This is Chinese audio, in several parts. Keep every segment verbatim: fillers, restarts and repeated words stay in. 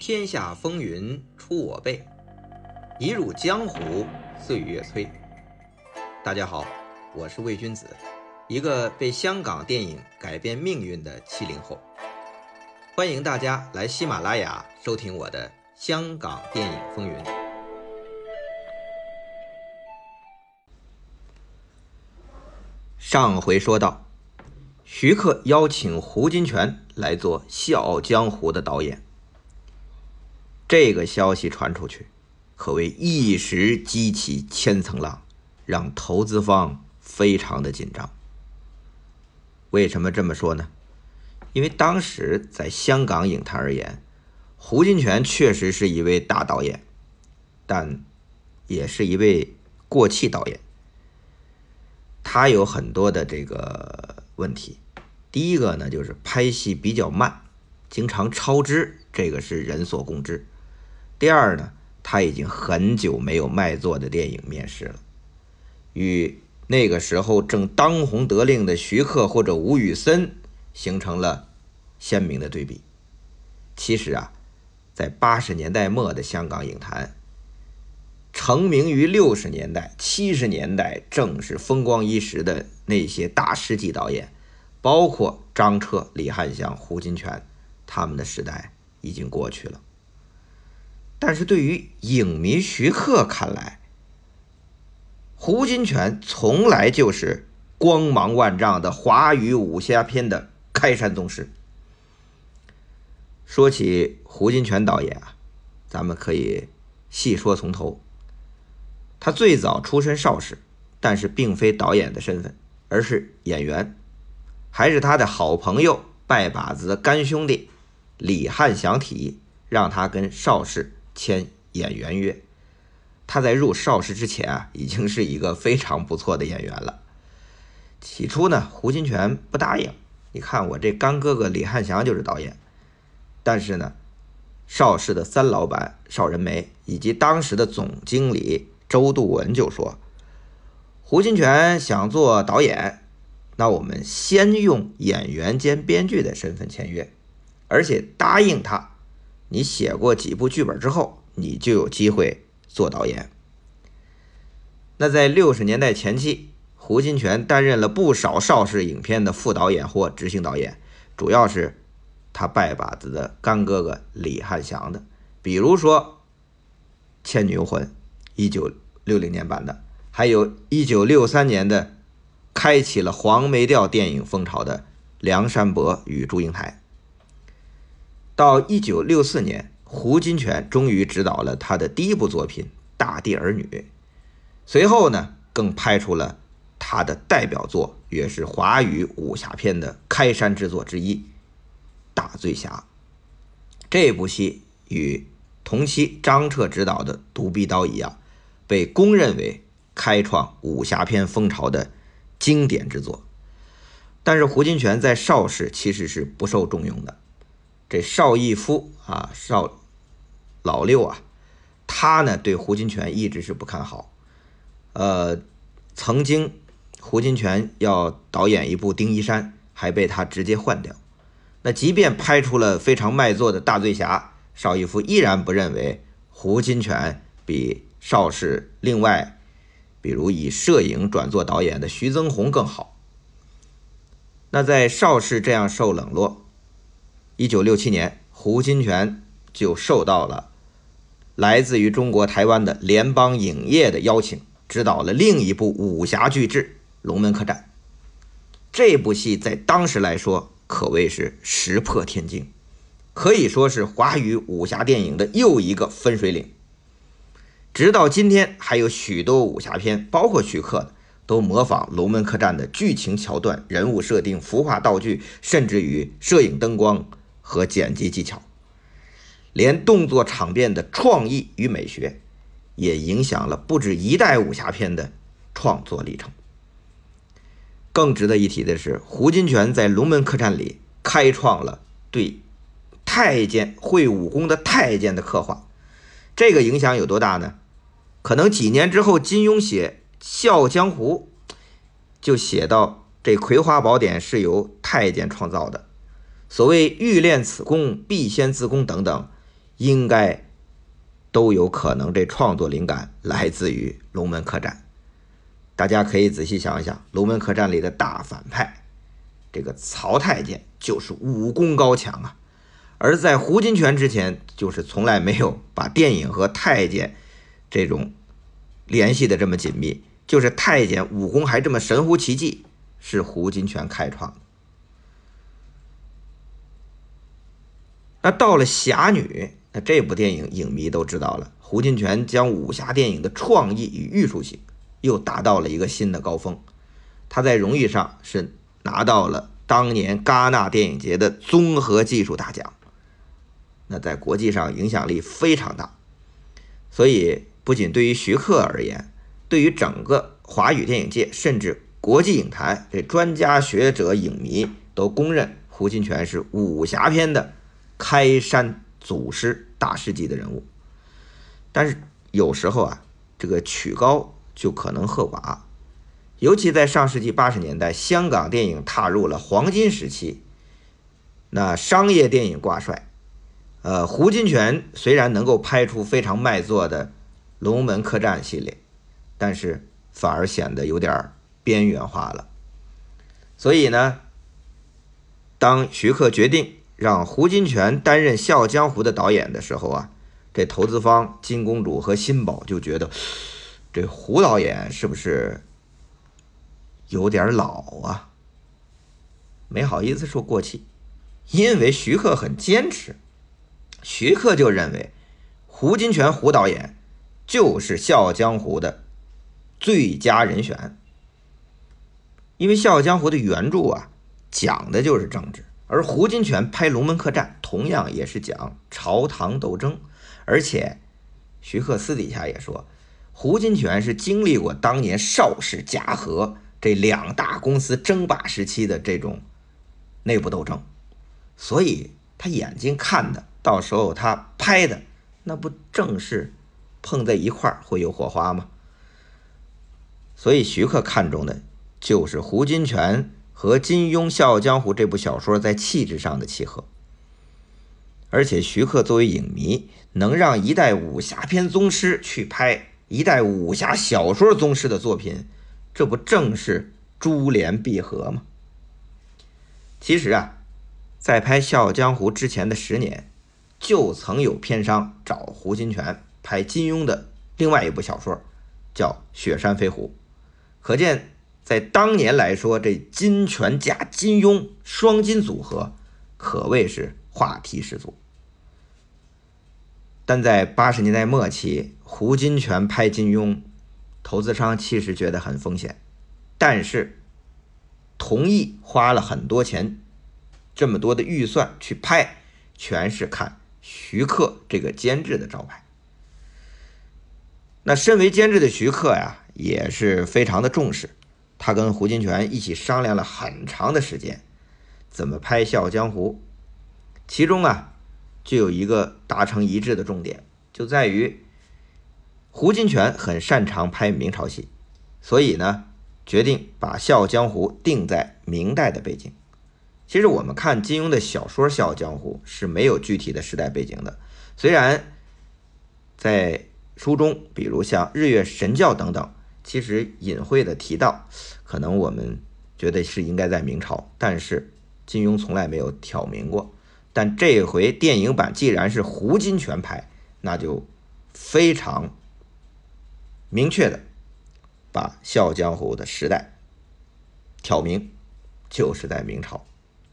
天下风云出我辈，一入江湖岁月催。大家好，我是魏君子，一个被香港电影改变命运的七零后。欢迎大家来喜马拉雅收听我的香港电影风云。上回说到，徐克邀请胡金铨来做《笑傲江湖》的导演，这个消息传出去，可谓一时激起千层浪，让投资方非常的紧张。为什么这么说呢？因为当时在香港影坛而言，胡金铨确实是一位大导演，但也是一位过气导演。他有很多的这个问题，第一个呢，就是拍戏比较慢，经常超支，这个是人所共知。第二呢，他已经很久没有卖座的电影面世了，与那个时候正当红得令的徐克或者吴宇森形成了鲜明的对比。其实啊，在八十年代末的香港影坛，成名于六十年代、七十年代正是风光一时的那些大师级导演，包括张彻、李翰祥、胡金铨，他们的时代已经过去了。但是对于影迷徐克看来，胡金铨从来就是光芒万丈的华语武侠片的开山宗师。说起胡金铨导演啊，咱们可以细说从头。他最早出身邵氏，但是并非导演的身份，而是演员，还是他的好朋友拜把子的干兄弟李翰祥提议让他跟邵氏签演员约。他在入邵氏之前啊，已经是一个非常不错的演员了。起初呢，胡金铨不答应，你看我这干哥哥李翰祥就是导演。但是呢，邵氏的三老板邵仁枚以及当时的总经理周度文就说，胡金铨想做导演，那我们先用演员兼编剧的身份签约，而且答应他，你写过几部剧本之后，你就有机会做导演。那在六十年代前期，胡金铨担任了不少邵氏影片的副导演或执行导演，主要是他拜把子的干哥哥李翰祥的，比如说《倩女幽魂》一九六零年版的，还有一九六三年的开启了黄梅调电影风潮的《梁山伯与祝英台》。到一九六四年，胡金铨终于执导了他的第一部作品《大地儿女》，随后呢，更拍出了他的代表作，也是华语武侠片的开山之作之一《大醉侠》。这部戏与同期张彻执导的《独臂刀》一样，被公认为开创武侠片风潮的经典之作。但是胡金铨在邵氏其实是不受重用的。这邵逸夫啊，邵老六啊，他呢对胡金铨一直是不看好。呃，曾经胡金铨要导演一部《丁一山》，还被他直接换掉。那即便拍出了非常卖座的大醉侠，邵逸夫依然不认为胡金铨比邵氏另外比如以摄影转做导演的徐增宏更好。那在邵氏这样受冷落，一九六七年胡金铨就受到了来自于中国台湾的联邦影业的邀请，执导了另一部武侠巨制《龙门客栈》。这部戏在当时来说可谓是石破天惊，可以说是华语武侠电影的又一个分水岭。直到今天，还有许多武侠片，包括徐克的，都模仿《龙门客栈》的剧情桥段、人物设定、服化道具，甚至于摄影灯光和剪辑技巧，连动作场面的创意与美学，也影响了不止一代武侠片的创作历程。更值得一提的是，胡金铨在《龙门客栈》里开创了对太监会武功的太监的刻画。这个影响有多大呢？可能几年之后金庸写《笑傲江湖》就写到这葵花宝典是由太监创造的，所谓欲练此功必先自宫等等， 应该都有可能这创作灵感来自于《龙门客栈》。大家可以仔细想一想，《龙门客栈》里的大反派这个曹太监就是武功高强啊，而在胡金铨之前，就是从来没有把电影和太监这种联系的这么紧密，就是太监武功还这么神乎其技，是胡金铨开创的。那到了《侠女》，那这部电影影迷都知道了，胡金铨将武侠电影的创意与艺术性又达到了一个新的高峰。他在荣誉上是拿到了当年戛纳电影节的综合技术大奖，那在国际上影响力非常大。所以不仅对于徐克而言，对于整个华语电影界甚至国际影坛，这专家学者影迷都公认胡金铨是武侠片的开山祖师，大师级的人物。但是有时候啊，这个曲高就可能和寡，尤其在上世纪八十年代，香港电影踏入了黄金时期，那商业电影挂帅，呃，胡金铨虽然能够拍出非常卖座的《龙门客栈》系列，但是反而显得有点边缘化了。所以呢，当徐克决定让胡金铨担任《笑傲江湖》的导演的时候啊，这投资方金公主和新宝就觉得，这胡导演是不是有点老啊？没好意思说过气，因为徐克很坚持，徐克就认为胡金铨胡导演就是《笑傲江湖》的最佳人选。因为《笑傲江湖》的原著啊，讲的就是政治，而胡金铨拍《龙门客栈》同样也是讲朝堂斗争。而且徐克私底下也说，胡金铨是经历过当年邵氏嘉禾这两大公司争霸时期的这种内部斗争，所以他眼睛看的，到时候他拍的，那不正是碰在一块儿会有火花吗？所以徐克看中的就是胡金铨和金庸《笑傲江湖》这部小说在气质上的契合。而且徐克作为影迷，能让一代武侠片宗师去拍一代武侠小说宗师的作品，这不正是珠联璧合吗？其实啊，在拍《笑傲江湖》之前的十年，就曾有片商找胡金铨拍金庸的另外一部小说，叫《雪山飞狐》。可见在当年来说，这金铨加金庸双金组合可谓是话题十足。但在八十年代末期，胡金铨拍金庸，投资商其实觉得很风险，但是同意花了很多钱，这么多的预算去拍，全是看徐克这个监制的招牌。那身为监制的徐克呀，也是非常的重视，他跟胡金铨一起商量了很长的时间，怎么拍《笑傲江湖》。其中啊，就有一个达成一致的重点，就在于胡金铨很擅长拍明朝戏，所以呢，决定把《笑傲江湖》定在明代的背景。其实我们看金庸的小说《笑傲江湖》是没有具体的时代背景的，虽然在书中，比如像日月神教等等，其实隐晦的提到，可能我们觉得是应该在明朝，但是金庸从来没有挑明过。但这回电影版既然是胡金铨拍，那就非常明确的把《笑傲江湖》的时代挑明，就是在明朝。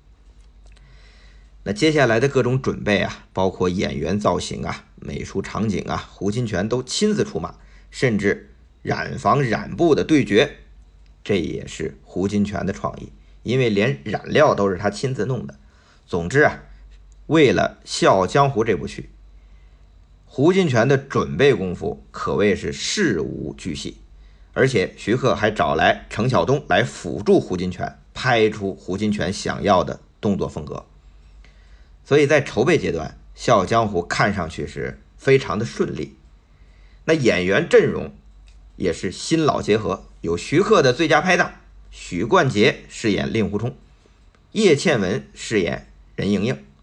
那接下来的各种准备啊，包括演员造型啊、美术场景啊，胡金铨都亲自出马，甚至染房染布的对决，这也是胡金铨的创意，因为连染料都是他亲自弄的。总之啊，为了《笑傲江湖》这部剧，胡金铨的准备功夫可谓是事无巨细，而且徐克还找来程晓东来辅助胡金铨，拍出胡金铨想要的动作风格。所以在筹备阶段，《笑傲江湖》看上去是非常的顺利。那演员阵容也是新老结合，有徐克的最佳拍档许冠杰饰演令狐冲，叶倩文饰演任盈盈，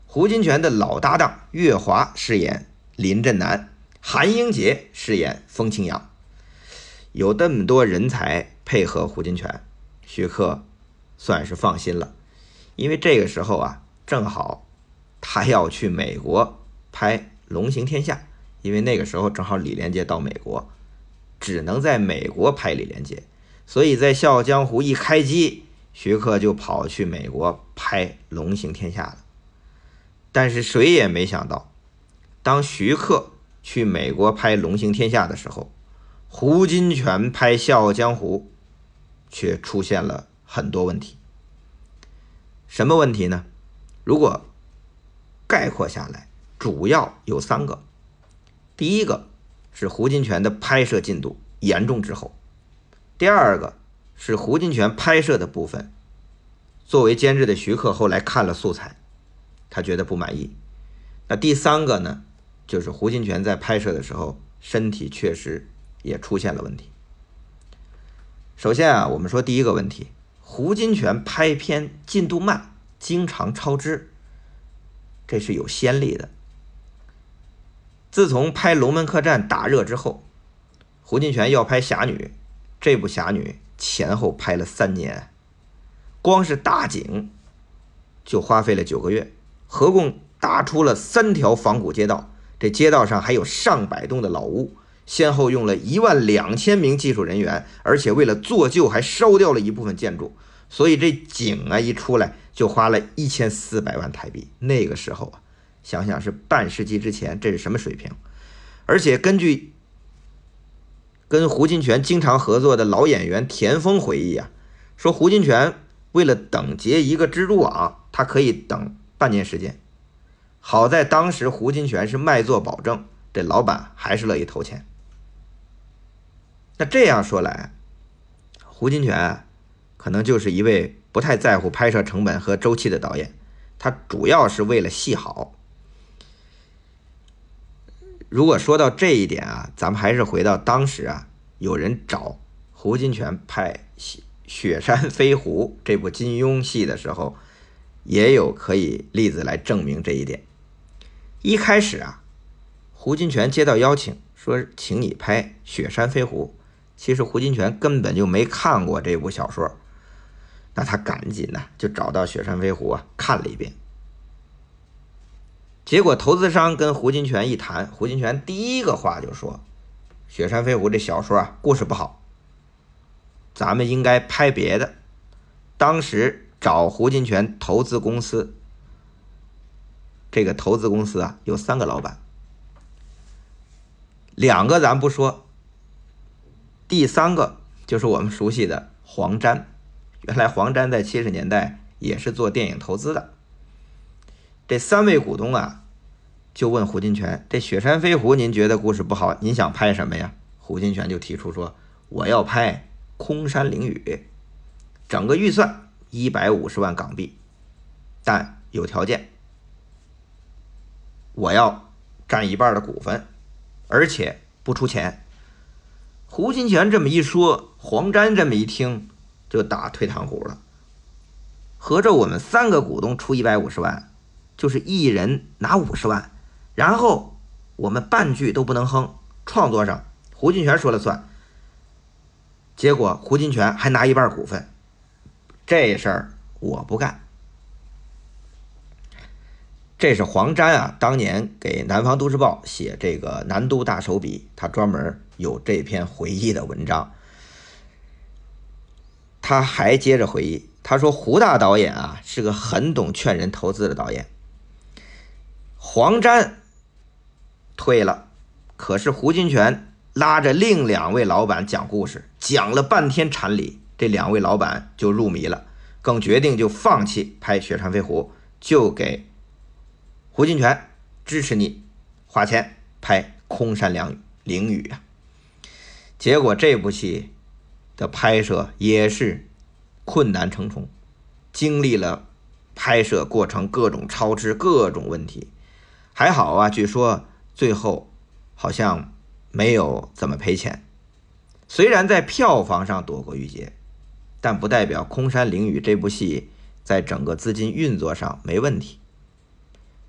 胡金铨的老搭档岳华饰演林振南，韩英杰饰演风清扬。有这么多人才配合胡金铨，徐克算是放心了。因为这个时候啊，正好他要去美国拍《龙行天下》，因为那个时候正好李连杰到美国，只能在美国拍李连杰，所以在《笑傲江湖》一开机，徐克就跑去美国拍《龙行天下》了。但是谁也没想到，当徐克去美国拍《龙行天下》的时候，胡金铨拍《笑傲江湖》却出现了很多问题。什么问题呢？如果概括下来，主要有三个。第一个是胡金铨的拍摄进度严重滞后，第二个是胡金铨拍摄的部分，作为监制的徐克后来看了素材，他觉得不满意。那第三个呢，就是胡金铨在拍摄的时候身体确实也出现了问题。首先啊，我们说第一个问题，胡金铨拍片进度慢，经常超支，这是有先例的。自从拍《龙门客栈》大热之后，胡金铨要拍《侠女》，这部《侠女》前后拍了三年，光是搭景就花费了九个月，合共搭出了三条仿古街道，这街道上还有上百栋的老屋，先后用了一万两千名技术人员，而且为了做旧还烧掉了一部分建筑，所以这景啊一出来就花了一千四百万台币。那个时候啊，想想是半世纪之前，这是什么水平？而且根据跟胡金铨经常合作的老演员田丰回忆啊，说胡金铨为了等结一个蜘蛛网，他可以等半年时间。好在当时胡金铨是卖做保证，这老板还是乐意投钱。那这样说来，胡金铨可能就是一位不太在乎拍摄成本和周期的导演，他主要是为了戏好。如果说到这一点啊，咱们还是回到当时啊，有人找胡金铨拍《雪山飞狐》这部金庸戏的时候，也有可以例子来证明这一点。一开始啊，胡金铨接到邀请说请你拍《雪山飞狐》，其实胡金铨根本就没看过这部小说，那他赶紧呢、啊、就找到《雪山飞狐》啊看了一遍。结果投资商跟胡金铨一谈，胡金铨第一个话就说：“雪山飞狐这小说啊，故事不好，咱们应该拍别的。”当时找胡金铨投资公司，这个投资公司啊有三个老板，两个咱不说，第三个就是我们熟悉的黄沾。原来黄沾在七十年代也是做电影投资的。这三位股东啊，就问胡金铨：“这《雪山飞狐》您觉得故事不好，您想拍什么呀？”胡金铨就提出说：“我要拍空山灵雨，整个预算一百五十万港币，但有条件，我要占一半的股份，而且不出钱。”胡金铨这么一说，黄沾这么一听就打退堂鼓了。合着我们三个股东出一百五十万，就是一人拿五十万，然后我们半句都不能哼，创作上胡金铨说了算，结果胡金铨还拿一半股份，这事儿我不干。这是黄沾啊，当年给南方都市报写这个南都大手笔，他专门有这篇回忆的文章。他还接着回忆，他说胡大导演啊是个很懂劝人投资的导演。黄沾退了，可是胡金铨拉着另两位老板讲故事，讲了半天禅理，这两位老板就入迷了，更决定就放弃拍《雪山飞狐》，就给胡金铨支持你花钱拍《空山灵雨》啊。结果这部戏的拍摄也是困难重重，经历了拍摄过程各种超支各种问题，还好啊，据说最后好像没有怎么赔钱。虽然在票房上躲过一劫，但不代表《空山灵雨》这部戏在整个资金运作上没问题。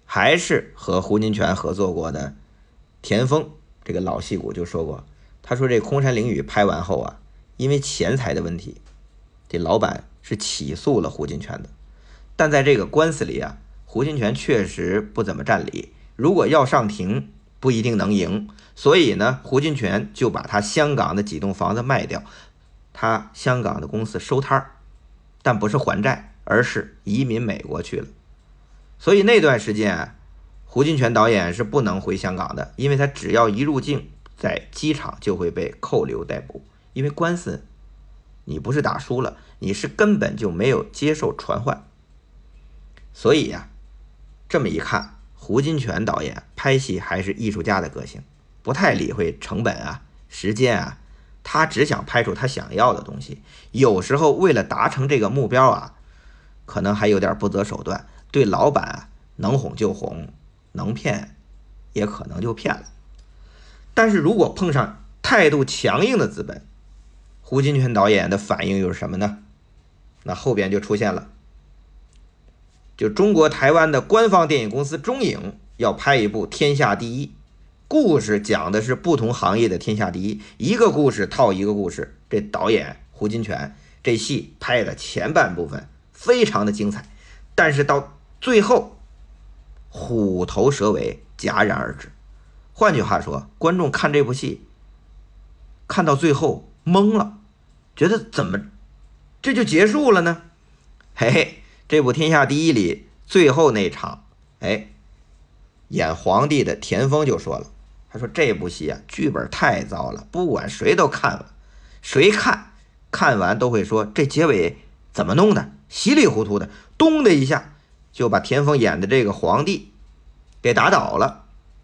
还是和胡金铨合作过的田丰，这个老戏骨就说过，他说这空山灵雨拍完后啊，因为钱财的问题，这老板是起诉了胡金铨的，但在这个官司里啊，胡金铨确实不怎么占理，如果要上庭不一定能赢，所以呢，胡金铨就把他香港的几栋房子卖掉，他香港的公司收摊儿，但不是还债，而是移民美国去了。所以那段时间啊，胡金铨导演是不能回香港的，因为他只要一入境，在机场就会被扣留逮捕，因为官司你不是打输了，你是根本就没有接受传唤。所以呀、啊，这么一看，胡金铨导演拍戏还是艺术家的个性，不太理会成本啊、时间啊，他只想拍出他想要的东西。有时候为了达成这个目标啊，可能还有点不择手段，对老板啊能哄就哄，能骗也可能就骗了。但是如果碰上态度强硬的资本，胡金铨导演的反应又是什么呢？那后边就出现了，就中国台湾的官方电影公司中影要拍一部《天下第一》，故事讲的是不同行业的天下第一，一个故事套一个故事。这导演胡金铨这戏拍的前半部分非常的精彩，但是到最后虎头蛇尾，戛然而止。换句话说，观众看这部戏看到最后懵了，觉得怎么这就结束了呢？嘿嘿，这部《天下第一》里最后那场，哎，演皇帝的田丰就说了，他说这部戏啊，剧本太糟了，不管谁都看了，谁看看完都会说这结尾怎么弄的，稀里糊涂的，咚的一下就把田丰演的这个皇帝给打倒了。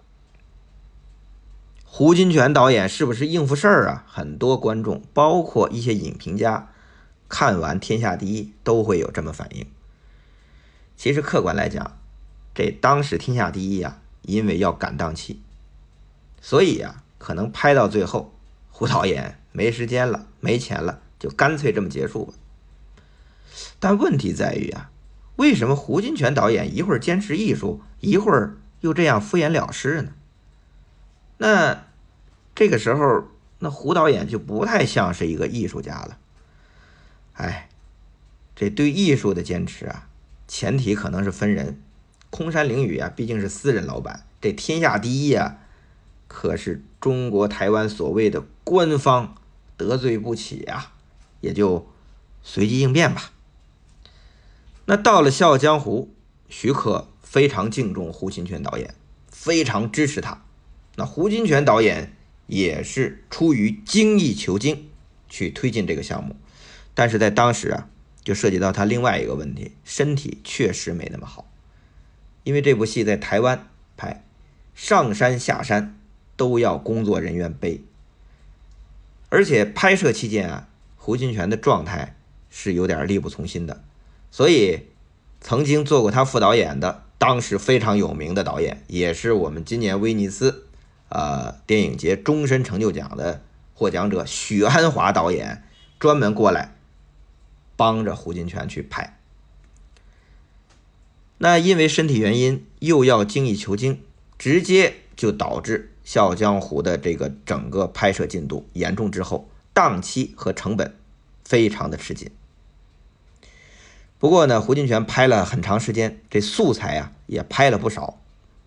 胡金铨导演是不是应付事儿啊？很多观众，包括一些影评家，看完《天下第一》都会有这么反应。其实客观来讲，这当时《天下第一》啊，因为要赶档期，所以啊，可能拍到最后，胡导演没时间了，没钱了，就干脆这么结束吧。但问题在于啊，为什么胡金铨导演一会儿坚持艺术，一会儿又这样敷衍了事呢？那这个时候，那胡导演就不太像是一个艺术家了。哎，这对艺术的坚持啊，前提可能是分人。空山灵雨啊，毕竟是私人老板，这天下第一啊，可是中国台湾所谓的官方，得罪不起啊，也就随机应变吧。那到了《笑傲江湖》，徐克非常敬重胡金铨导演，非常支持他。那胡金铨导演也是出于精益求精去推进这个项目，但是在当时啊，就涉及到他另外一个问题，身体确实没那么好。因为这部戏在台湾拍，上山下山都要工作人员背，而且拍摄期间啊，胡金铨的状态是有点力不从心的，所以曾经做过他副导演的，当时非常有名的导演，也是我们今年威尼斯呃电影节终身成就奖的获奖者许鞍华导演，专门过来帮着胡金铨去拍。那因为身体原因又要精益求精，直接就导致《笑傲江湖》的这个整个拍摄进度严重滞后，档期和成本非常的吃紧。不过呢，胡金铨拍了很长时间，这素材啊也拍了不少，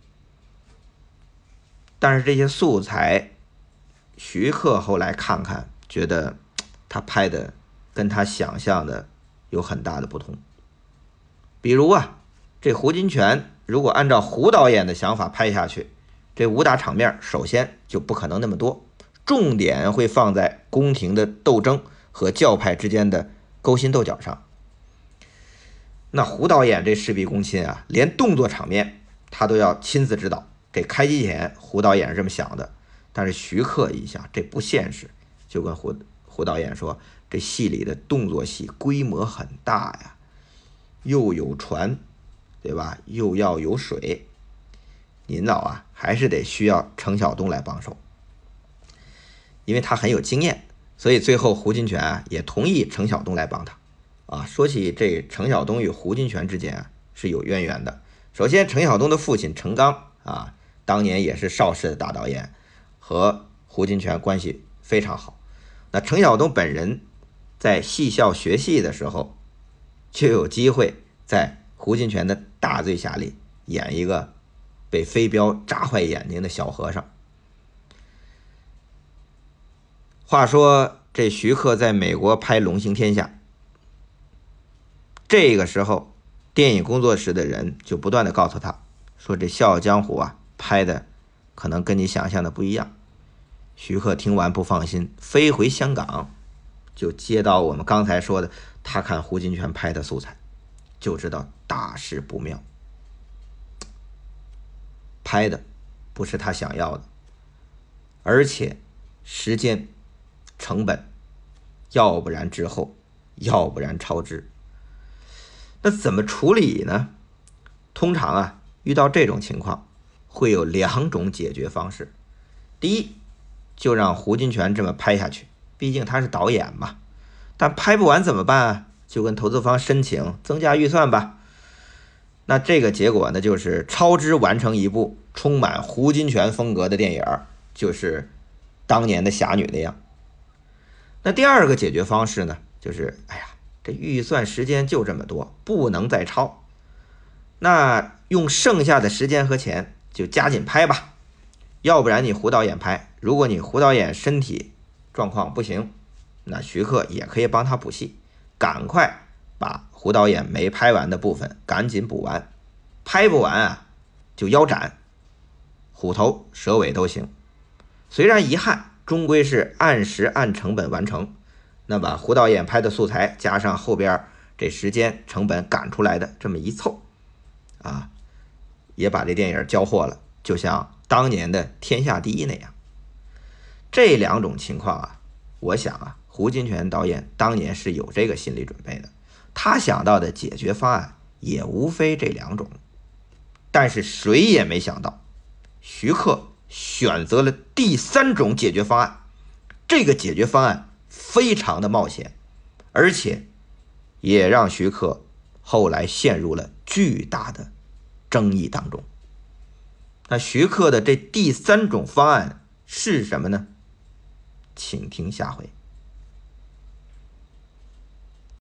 但是这些素材徐克后来看看，觉得他拍的跟他想象的有很大的不同。比如啊，这胡金铨如果按照胡导演的想法拍下去，这武打场面首先就不可能那么多，重点会放在宫廷的斗争和教派之间的勾心斗角上。那胡导演这事必躬亲啊，连动作场面他都要亲自指导。这开机前胡导演是这么想的，但是徐克一想这不现实，就跟胡胡导演说，这戏里的动作戏规模很大呀，又有船对吧，又要有水，您老啊还是得需要程晓东来帮手。因为他很有经验，所以最后胡金铨啊也同意程晓东来帮他啊。说起这程晓东与胡金铨之间啊是有渊源的， 首先，程晓东的父亲程刚啊，当年也是邵氏的大导演，和胡金铨关系非常好。那程晓东本人在戏校学戏的时候，就有机会在胡金铨的《大醉侠》里演一个被飞镖扎坏眼睛的小和尚。话说这徐克在美国拍《龙行天下》，这个时候电影工作室的人就不断的告诉他说，这《笑傲江湖》啊拍的可能跟你想象的不一样。徐克听完不放心，飞回香港，就接到我们刚才说的，他看胡金铨拍的素材，就知道大事不妙，拍的不是他想要的，而且时间成本要不然滞后，要不然超支。那怎么处理呢？通常啊，遇到这种情况会有两种解决方式。第一，就让胡金铨这么拍下去，毕竟他是导演嘛。但拍不完怎么办啊？就跟投资方申请增加预算吧。那这个结果呢，就是超支完成一部充满胡金铨风格的电影，就是当年的侠女那样。那第二个解决方式呢，就是哎呀，这预算时间就这么多，不能再超。那用剩下的时间和钱就加紧拍吧。要不然你胡导演拍，如果你胡导演身体状况不行，那徐克也可以帮他补戏，赶快把胡导演没拍完的部分赶紧补完。拍不完啊，就腰斩，虎头蛇尾都行。虽然遗憾，终归是按时按成本完成。那把胡导演拍的素材加上后边这时间成本赶出来的这么一凑啊，也把这电影交货了，就像当年的天下第一那样。这两种情况啊，我想啊，胡金铨导演当年是有这个心理准备的，他想到的解决方案也无非这两种。但是谁也没想到，徐克选择了第三种解决方案。这个解决方案非常的冒险，而且也让徐克后来陷入了巨大的争议当中。那徐克的这第三种方案是什么呢？请听下回。